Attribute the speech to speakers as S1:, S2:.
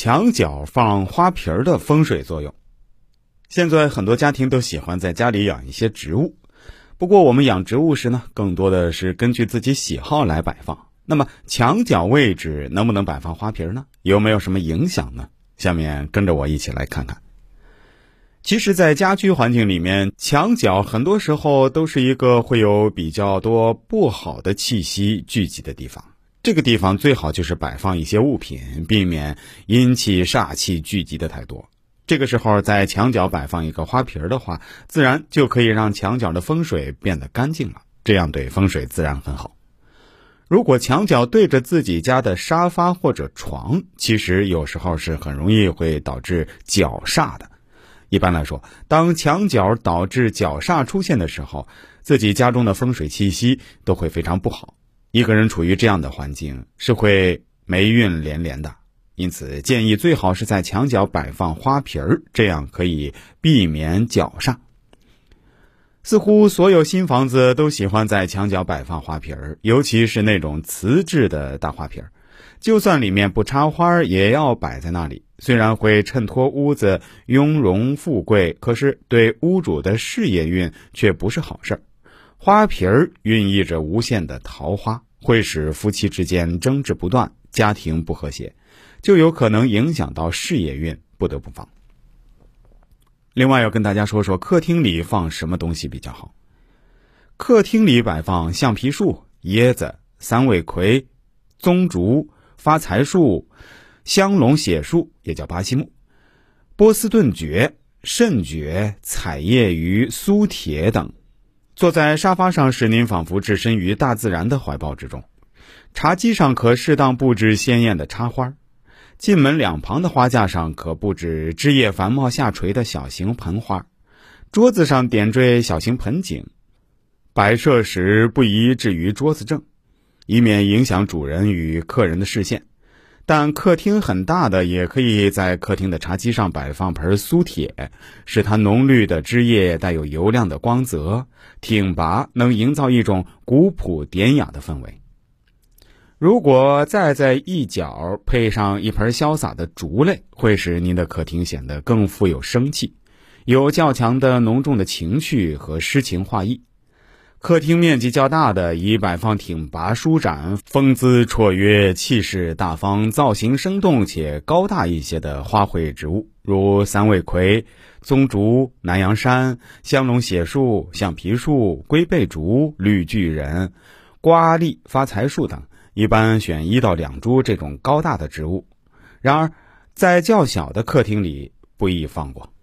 S1: 墙角放花瓶的风水作用。现在很多家庭都喜欢在家里养一些植物，不过我们养植物时呢，更多的是根据自己喜好来摆放。那么墙角位置能不能摆放花瓶呢？有没有什么影响呢？下面跟着我一起来看看。其实在家居环境里面，墙角很多时候都是一个会有比较多不好的气息聚集的地方。这个地方最好就是摆放一些物品，避免阴气煞气聚集的太多。这个时候在墙角摆放一个花瓶的话，自然就可以让墙角的风水变得干净了，这样对风水自然很好。如果墙角对着自己家的沙发或者床，其实有时候是很容易会导致角煞的。一般来说，当墙角导致角煞出现的时候，自己家中的风水气息都会非常不好。一个人处于这样的环境是会霉运连连的，因此建议最好是在墙角摆放花瓶，这样可以避免角煞。似乎所有新房子都喜欢在墙角摆放花瓶，尤其是那种瓷质的大花瓶，就算里面不插花也要摆在那里。虽然会衬托屋子雍容富贵，可是对屋主的事业运却不是好事。花瓶寓意着无限的桃花，会使夫妻之间争执不断，家庭不和谐，就有可能影响到事业运，不得不防。另外要跟大家说说客厅里放什么东西比较好。客厅里摆放橡皮树、椰子、三味葵、棕竹、发财树、香龙血树也叫巴西木、波斯顿蕨、肾蕨、彩叶鱼、苏铁等。坐在沙发上，使您仿佛置身于大自然的怀抱之中。茶几上可适当布置鲜艳的插花，进门两旁的花架上可布置枝叶繁茂下垂的小型盆花，桌子上点缀小型盆景。摆设时不宜置于桌子正，以免影响主人与客人的视线。但客厅很大的，也可以在客厅的茶几上摆放盆苏铁，使它浓绿的枝叶带有油亮的光泽，挺拔，能营造一种古朴典雅的氛围。如果再在一角配上一盆潇洒的竹类，会使您的客厅显得更富有生气，有较强的浓重的情绪和诗情画意。客厅面积较大的，宜摆放挺拔舒展、风姿绰约、气势大方、造型生动且高大一些的花卉植物，如三味葵、棕竹、南洋杉、香龙血树、橡皮树、龟背竹、绿巨人、瓜栗、发财树等，一般选1到2株这种高大的植物。然而在较小的客厅里不宜放过。